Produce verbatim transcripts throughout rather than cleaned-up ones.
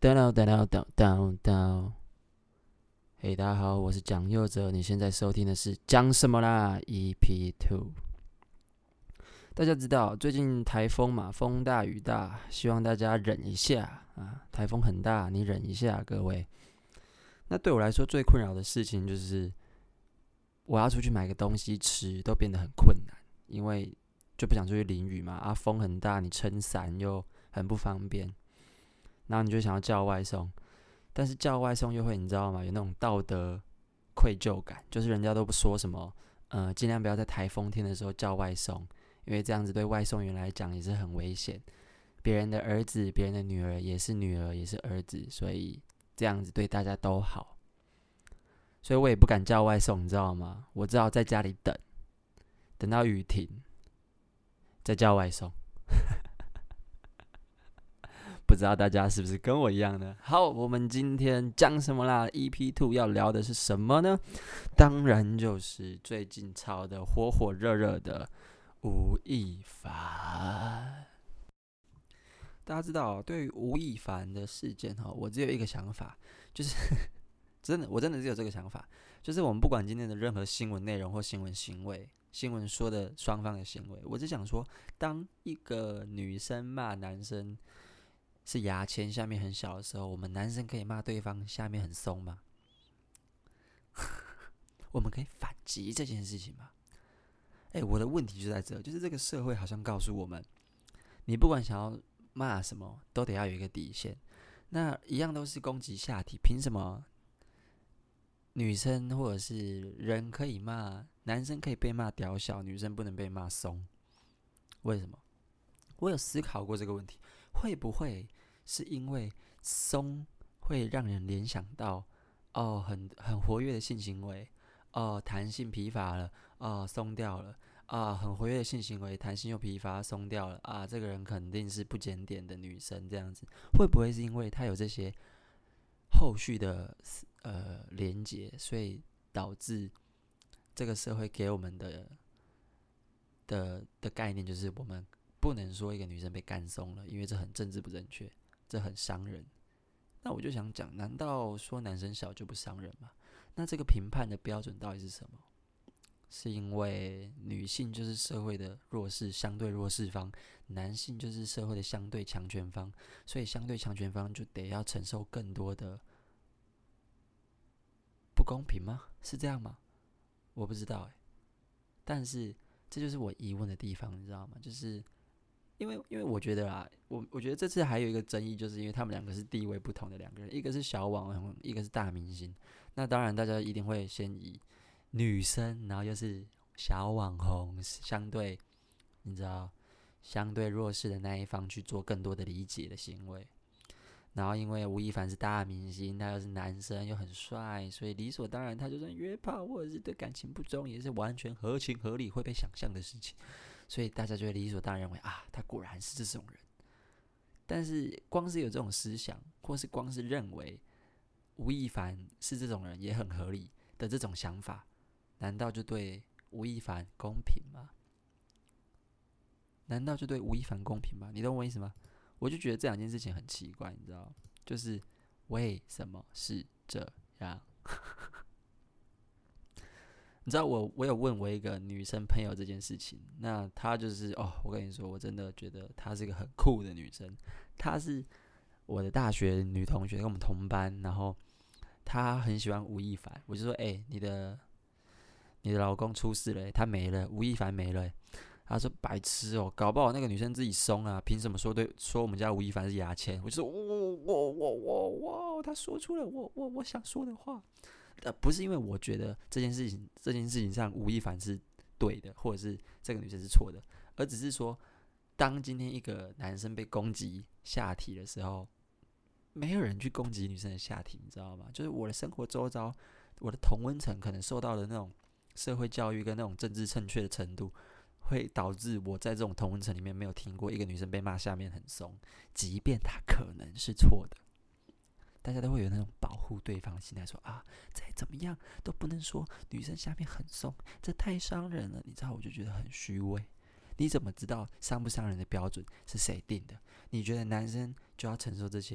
等等等等等等等，嘿，大家好，我是蒋佑哲，你现在收听的是讲什么啦 E P Two。大家知道最近台风嘛，风大雨大，希望大家忍一下啊。台风很大，你忍一下，各位。那对我来说最困扰的事情就是，我要出去买个东西吃都变得很困难，因为就不想出去淋雨嘛，啊，风很大，你撑伞又很不方便，然后你就想要叫外送。但是叫外送又会，你知道吗？有那种道德愧疚感，就是人家都不说什么，呃，尽量不要在台风天的时候叫外送，因为这样子对外送员来讲也是很危险。别人的儿子、别人的女儿也是女儿，也是儿子，所以这样子对大家都好。所以我也不敢叫外送，你知道吗？我只好在家里等，等到雨停，再叫外送。不知道大家是不是跟我一样呢？好，我们今天讲什么啦 ？E P Two 要聊的是什么呢？当然就是最近炒的火火热热的吴亦凡。大家知道，对于吴亦凡的事件哈，我只有一个想法，就是真的，我真的只有这个想法，就是我们不管今天的任何新闻内容或新闻行为，新闻说的双方的行为，我只想说，当一个女生骂男生是牙签下面很小的时候，我们男生可以骂对方下面很松吗？我们可以反击这件事情吗？哎、欸，我的问题就在这，就是这个社会好像告诉我们，你不管想要骂什么，都得要有一个底线。那一样都是攻击下体，凭什么女生或者是人可以骂，男生可以被骂屌小，女生不能被骂松？为什么？我有思考过这个问题，会不会是因为松会让人联想到哦，很很活跃的性行为，哦，弹性疲乏了，哦，松掉了，啊，很活跃的性行为，弹性又疲乏，松掉了，啊，这个人肯定是不检点的女生，这样子，会不会是因为她有这些后续的呃连结，所以导致这个社会给我们的的的概念就是我们不能说一个女生被干松了，因为这很政治不正确，这很伤人。那我就想讲，难道说男生小就不伤人吗？那这个评判的标准到底是什么？是因为女性就是社会的弱势，相对弱势方，男性就是社会的相对强权方，所以相对强权方就得要承受更多的不公平吗？是这样吗？我不知道哎，但是这就是我疑问的地方，你知道吗？就是因为因为我觉得啦，我我觉得这次还有一个争议，就是因为他们两个是地位不同的两个人，一个是小网红，一个是大明星。那当然，大家一定会先以女生，然后又是小网红，相对你知道相对弱势的那一方去做更多的理解的行为。然后因为吴亦凡是大明星，他又是男生又很帅，所以理所当然，他就算约炮或者是对感情不忠，也是完全合情合理会被想象的事情。所以大家就会理所当然认为啊，他果然是这种人。但是光是有这种思想，或是光是认为吴亦凡是这种人也很合理的这种想法，难道就对吴亦凡公平吗？难道就对吴亦凡公平吗？你懂我意思吗？我就觉得这两件事情很奇怪，你知道，就是为什么是这样？你知道我我有问我一个女生朋友这件事情，那她就是哦，我跟你说，我真的觉得她是一个很酷的女生，她是我的大学女同学，跟我们同班，然后她很喜欢吴亦凡，我就说，哎、欸，你的你的老公出事了、欸，他没了，吴亦凡没了、欸。他说白痴哦，搞不好那个女生自己松啊，凭什么说对说我们家吴亦凡是牙签？我就说，我我我我我，他说出了我我我想说的话。呃，不是因为我觉得这件事情这件事情上吴亦凡是对的，或者是这个女生是错的，而只是说，当今天一个男生被攻击下体的时候，没有人去攻击女生的下体，你知道吗？就是我的生活周遭，我的同温层可能受到的那种社会教育跟那种政治正确的程度，会导致我在这种同温层里面没有听过一个女生被骂下面很松，即便她可能是错的。大家都会有那种保护对方的心态，说啊，再怎么样都不能说女生下面很松，这太伤人了。你知道，我就觉得很虚伪。你怎么知道伤不伤人的标准是谁定的？你觉得男生就要承受这些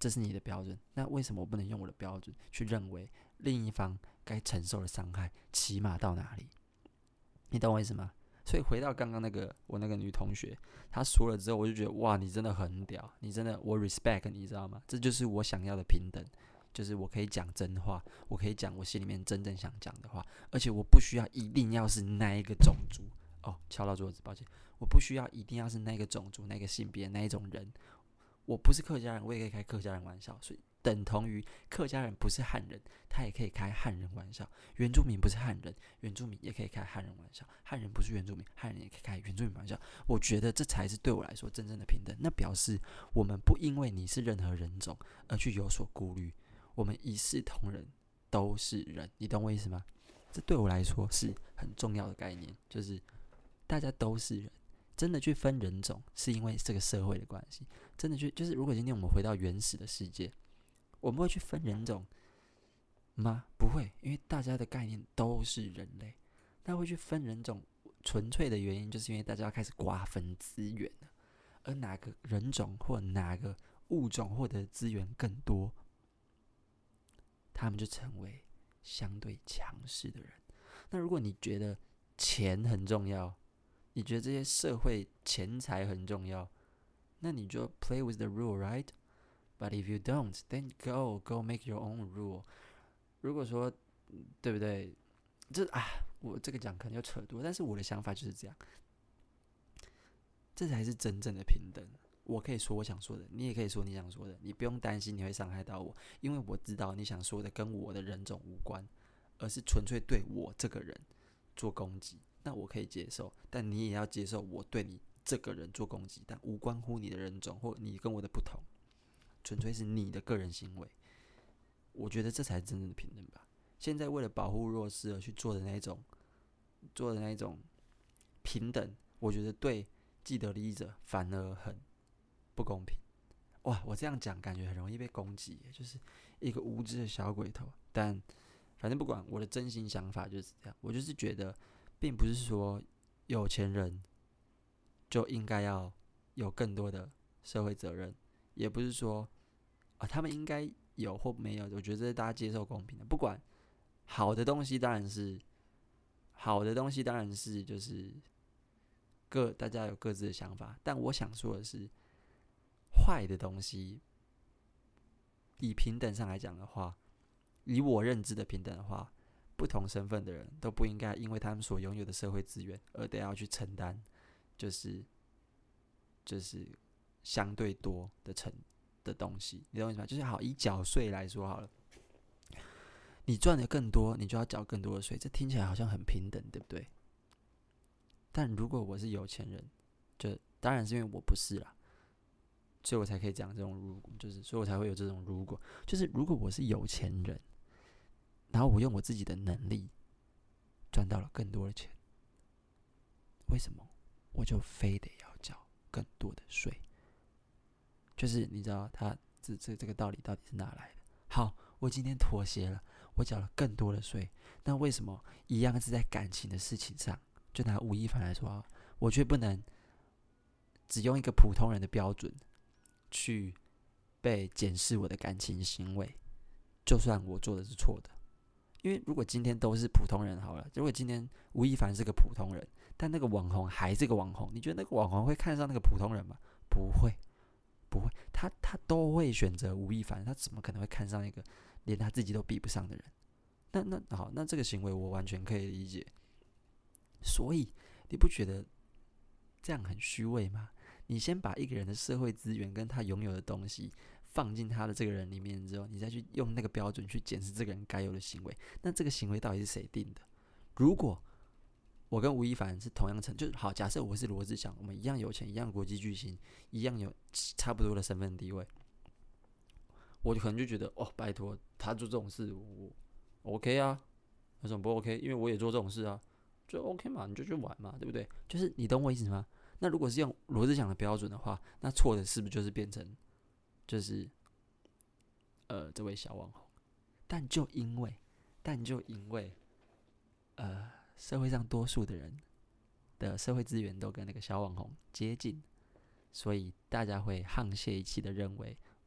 这是你的标准，那为什么我不能用我的标准去认为另一方该承受的伤害起码到哪里？你懂我意思吗？所以回到刚刚那个我那个女同学，她说了之后，我就觉得哇，你真的很屌，你真的我 respect 你，知道吗？这就是我想要的平等，就是我可以讲真话，我可以讲我心里面真正想讲的话，而且我不需要一定要是那一个种族哦，敲到桌子，抱歉，我不需要一定要是那个种族、那个性别、那一种人。我不是客家人，我也可以开客家人玩笑，所以等同于客家人不是汉人，他也可以开汉人玩笑；原住民不是汉人，原住民也可以开汉人玩笑；汉人不是原住民，汉人也可以开原住民玩笑。我觉得这才是对我来说真正的平等。那表示我们不因为你是任何人种而去有所顾虑，我们一视同仁，都是人。你懂我意思吗？这对我来说是很重要的概念，就是大家都是人。真的去分人种，是因为这个社会的关系。真的去，就是如果今天我们回到原始的世界，我们会去分人种吗？不会，因为大家的概念都是人类。那会去分人种，纯粹的原因就是因为大家要开始瓜分资源了，而哪个人种或哪个物种获得资源更多，他们就成为相对强势的人。那如果你觉得钱很重要，你觉得这些社会钱财很重要，那你就 play with the rule, right? But if you don't, then go go make your own rule. 如果说对不对？这啊，我这个讲可能又扯多，但是我的想法就是这样，这才是真正的平等。我可以说我想说的，你也可以说你想说的，你不用担心你会伤害到我，因为我知道你想说的跟我的人种无关，而是纯粹对我这个人做攻击。那我可以接受，但你也要接受我对你这个人做攻击，但无关乎你的人种或你跟我的不同，纯粹是你的个人行为。我觉得这才是真正的平等吧。现在为了保护弱势而去做的那种，做的那种平等，我觉得对既得利益者反而很不公平。哇，我这样讲感觉很容易被攻击，就是一个无知的小鬼头。但反正不管，我的真心想法就是这样，我就是觉得。并不是说有钱人就应该要有更多的社会责任，也不是说啊他们应该有或没有，我觉得这是大家接受公平的。不管好的东西当然是好的东西，当然是就是各大家有各自的想法，但我想说的是，坏的东西，以平等上来讲的话，以我认知的平等的话。不同身份的人都不应该因为他们所拥有的社会资源而得要去承担，就是就是相对多的成的东西，你懂我意思吗？就是好以缴税来说好了，你赚的更多，你就要缴更多的税，这听起来好像很平等，对不对？但如果我是有钱人，就当然是因为我不是啦，所以我才可以讲这种如果，就是所以我才会有这种如果，就是如果我是有钱人。然后我用我自己的能力赚到了更多的钱，为什么我就非得要缴更多的税？就是你知道他这这这个道理到底是哪来的？好，我今天妥协了，我缴了更多的税，那为什么一样是在感情的事情上？就拿吴亦凡来说，我却不能只用一个普通人的标准去被检视我的感情行为，就算我做的是错的。因为如果今天都是普通人好了，如果今天吴亦凡是个普通人，但那个网红还是个网红，你觉得那个网红会看上那个普通人吗？不会，不会，他他都会选择吴亦凡，他怎么可能会看上一个连他自己都比不上的人？那那好，那这个行为我完全可以理解。所以你不觉得这样很虚伪吗？你先把一个人的社会资源跟他拥有的东西放进他的这个人里面之后，你再去用那个标准去检视这个人该有的行为，那这个行为到底是谁定的？如果我跟吴亦凡是同样层，就是好，假设我是罗志祥，我们一样有钱，一样国际巨星，一样有差不多的身份地位，我可能就觉得哦，拜托，他做这种事，我 OK 啊，有什么不 OK？因为我也做这种事啊，就 OK 嘛，你就去玩嘛，对不对？就是你懂我意思吗？那如果是用罗志祥的标准的话，那错的是不是就是变成就是呃这位小网红？但就因为，但就因为呃社会上多数的人的社会资源都跟那个小网红接近，所以大家会沆瀣一气的认为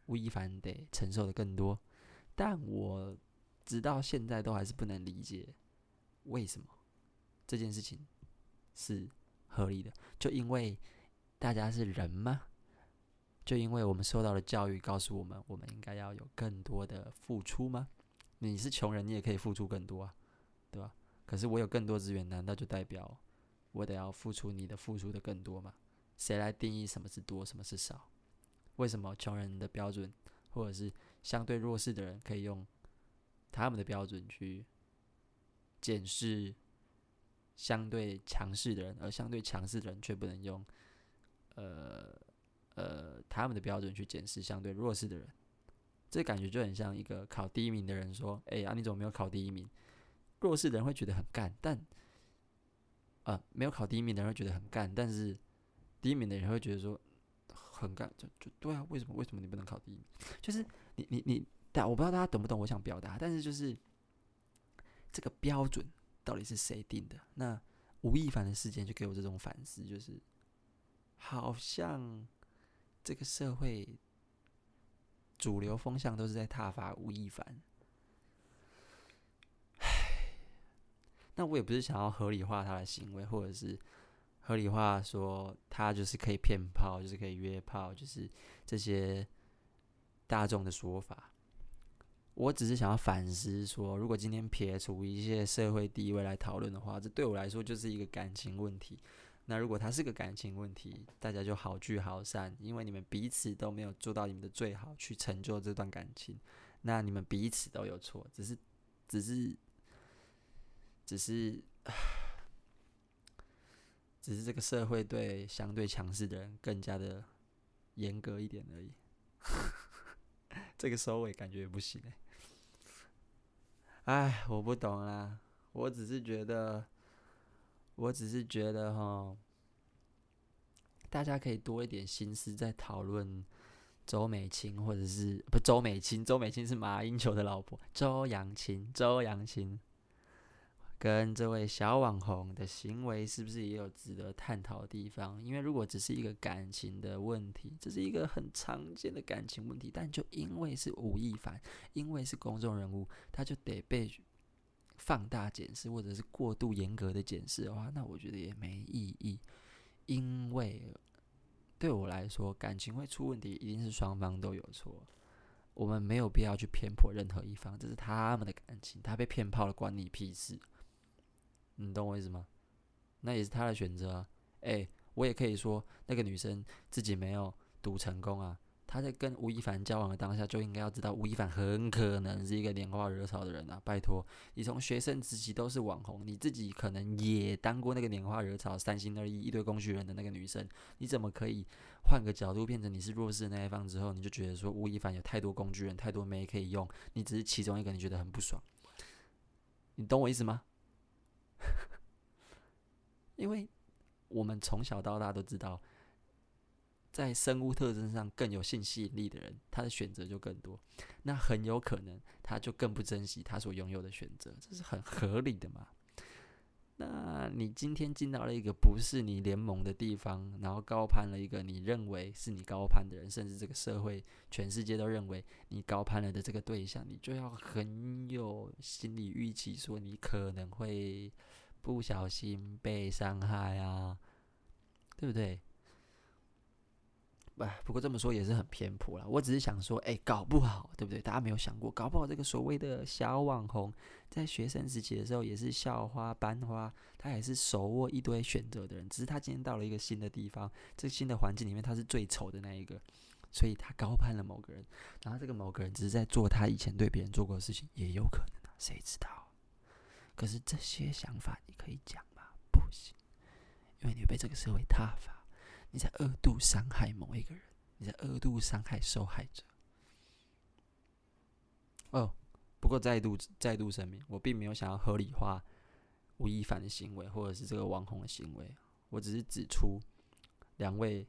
吴亦凡得承受的更多。但我直到现在都还是不能理解为什么这件事情是合理的。就因为大家是人吗？就因为我们受到的教育告诉我们，我们应该要有更多的付出吗？你是穷人，你也可以付出更多啊，对吧？可是我有更多资源，难道就代表我得要付出你的付出的更多吗？谁来定义什么是多，什么是少？为什么穷人的标准，或者是相对弱势的人，可以用他们的标准去检视相对强势的人，而相对强势的人却不能用呃呃他们的标准去检视相对弱势的人？这感觉就很像一个考第一名的人说：“哎、欸、啊，你怎么没有考第一名？”弱势的人会觉得很干，但呃没有考第一名的人会觉得很干，但是第一名的人会觉得说很干，就就对啊，为什么为什么你不能考第一名？就是你你你，但我不知道大家懂不懂我想表达，但是就是这个标准到底是谁定的？那吴亦凡的事件就给我这种反思，就是好像这个社会主流风向都是在挞伐吴亦凡。那我也不是想要合理化他的行为，或者是合理化说他就是可以骗炮，就是可以约炮，就是这些大众的说法。我只是想要反思说，如果今天撇除一些社会地位来讨论的话，这对我来说就是一个感情问题。那如果它是个感情问题，大家就好聚好散，因为你们彼此都没有做到你们的最好去成就这段感情，那你们彼此都有错，只是，只是，只是，只是这个社会对相对强势的人更加的严格一点而已。这个收尾感觉也不行哎、欸，哎，我不懂啦，我只是觉得，我只是觉得哈，大家可以多一点心思在讨论周美青，或者是不周美青，周美青是马英九的老婆，周扬青，周扬青跟这位小网红的行为是不是也有值得探讨的地方？因为如果只是一个感情的问题，这是一个很常见的感情问题，但就因为是吴亦凡，因为是公众人物，他就得被放大检视，或者是过度严格的检视的话，那我觉得也没意义。因为对我来说，感情会出问题，一定是双方都有错。我们没有必要去偏颇任何一方，这是他们的感情，他被骗炮了，关你屁事。你懂我意思吗？那也是他的选择啊。哎、欸，我也可以说那个女生自己没有赌成功啊。她在跟吴亦凡交往的当下，就应该要知道吴亦凡很可能是一个拈花惹草的人啊！拜托，你从学生时期都是网红，你自己可能也当过那个拈花惹草、三心二意、一堆工具人的那个女生，你怎么可以换个角度变成你是弱势的那一方之后，你就觉得说吴亦凡有太多工具人、太多妹可以用，你只是其中一个，你觉得很不爽？你懂我意思吗？因为我们从小到大都知道，在生物特征上更有性吸引力的人，他的选择就更多，那很有可能他就更不珍惜他所拥有的选择，这是很合理的嘛。那你今天进到了一个不是你联盟的地方，然后高攀了一个你认为是你高攀的人，甚至这个社会全世界都认为你高攀了的这个对象，你就要很有心理预期，说你可能会不小心被伤害啊，对不对？不过这么说也是很偏颇啦。我只是想说，哎、欸，搞不好，对不对？大家没有想过，搞不好这个所谓的小网红，在学生时期的时候也是校花、班花，他也是手握一堆选择的人。只是他今天到了一个新的地方，这个新的环境里面，他是最丑的那一个，所以他高攀了某个人。然后这个某个人只是在做他以前对别人做过的事情，也有可能啊，谁知道？可是这些想法你可以讲吗？不行，因为你会被这个社会挞伐。你在二度伤害某一个人，你在二度伤害受害者。哦，不过再度再度声明，我并没有想要合理化吴亦凡的行为，或者是这个网红的行为。我只是指出两位，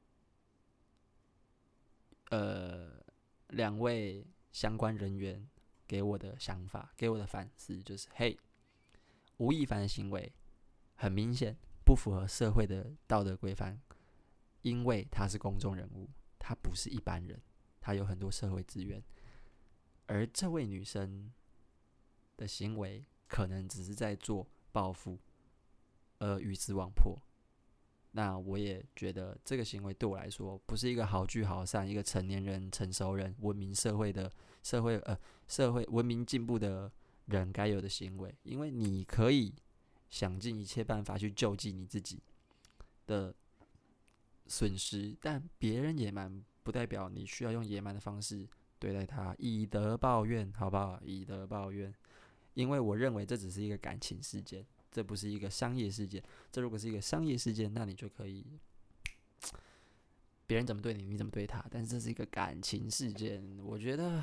呃，两位相关人员给我的想法，给我的反思，就是：嘿，吴亦凡的行为很明显不符合社会的道德规范。因为他是公众人物，他不是一般人， 她有很多社会资源，而这位女生的行为可能只是在做报复，而鱼死网破。那我也觉得这个行为对我来说不是一个好聚好散、一个成年人、成熟人、文明社会的社会呃社会文明进步的人该有的行为，因为你可以想尽一切办法去救济你自己的损失，但别人野蛮不代表你需要用野蛮的方式对待他，以德报怨，好不好？以德报怨，因为我认为这只是一个感情事件。这不是一个商业事件，这如果是一个商业事件，那你就可以，别人怎么对你，你怎么对他。但是这是一个感情事件，我觉得，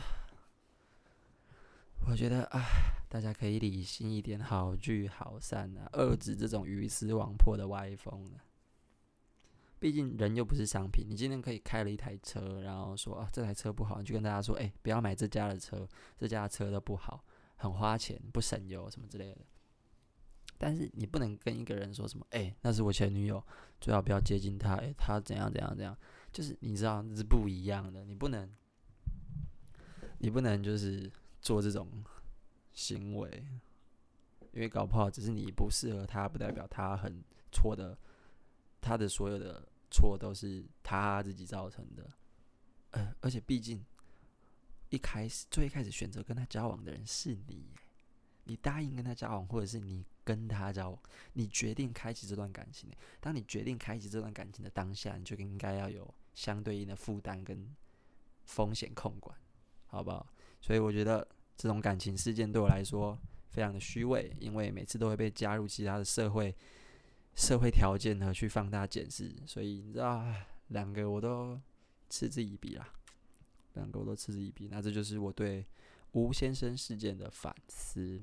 我觉得啊，大家可以理性一点，好聚好散啊，遏制这种鱼死网破的歪风啊。毕竟人又不是商品，你今天可以开了一台车，然后说啊这台车不好，你就跟大家说，哎、欸，不要买这家的车，这家的车都不好，很花钱，不省油什么之类的。但是你不能跟一个人说什么，哎、欸，那是我前女友，最好不要接近她，哎、欸，她怎样怎样怎样，就是你知道这是不一样的，你不能，你不能就是做这种行为，因为搞不好只是你不适合她，不代表她很错的，她的所有的错都是她自己造成的，呃，而且毕竟一开始最一开始选择跟她交往的人是你耶。你答应跟他交往，或者是你跟他交往，你决定开启这段感情。当你决定开启这段感情的当下，你就应该要有相对应的负担跟风险控管，好不好？所以我觉得这种感情事件对我来说非常的虚伪，因为每次都会被加入其他的社会社会条件和去放大检视，所以你知道，两个我都嗤之以鼻啦，两个我都嗤之以鼻。那这就是我对吴先生事件的反思。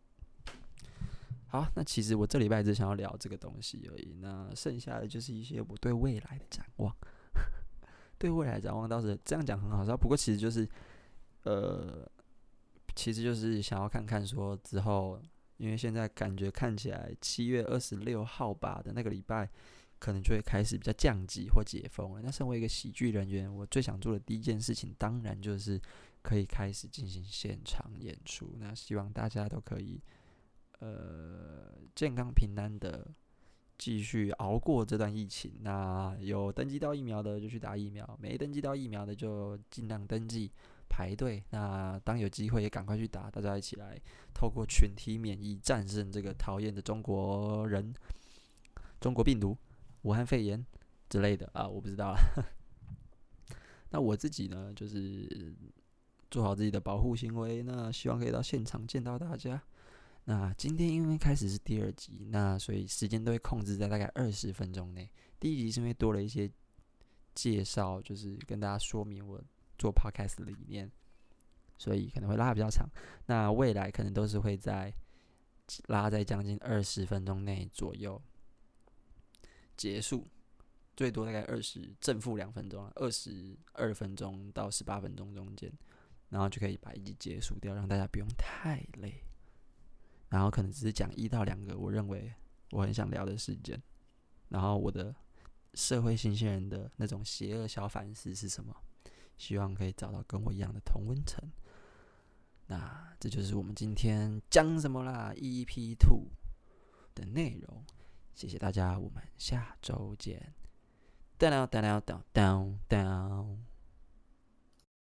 好，那其实我这礼拜只想要聊这个东西而已。那剩下的就是一些我对未来的展望。对未来的展望倒是这样讲很好笑，不过其实就是，呃，其实就是想要看看说之后，因为现在感觉看起来七月二十六号吧的那个礼拜，可能就会开始比较降级或解封了。那身为一个喜剧人员，我最想做的第一件事情，当然就是可以开始进行现场演出。那希望大家都可以。呃，健康平安的继续熬过这段疫情。那有登记到疫苗的就去打疫苗，没登记到疫苗的就尽量登记排队。那当有机会也赶快去打，大家一起来透过群体免疫战胜这个讨厌的中国人、中国病毒、武汉肺炎之类的啊，我不知道啦。那我自己呢，就是做好自己的保护行为。那希望可以到现场见到大家。那今天因为开始是第二集，那所以时间都会控制在大概二十分钟内。第一集是因为多了一些介绍，就是跟大家说明我做 podcast 的理念，所以可能会拉得比较长。那未来可能都是会在拉在将近二十分钟内左右结束，最多大概二十正负两分钟，二十二分钟到十八分钟中间，然后就可以把一集结束掉，让大家不用太累。然后可能只是讲一到两个我认为我很想聊的事件，然后我的社会新鲜人的那种邪恶小反思是什么？希望可以找到跟我一样的同温层。那这就是我们今天讲什么啦 E P 二 的内容。谢谢大家，我们下周见。down down down down down。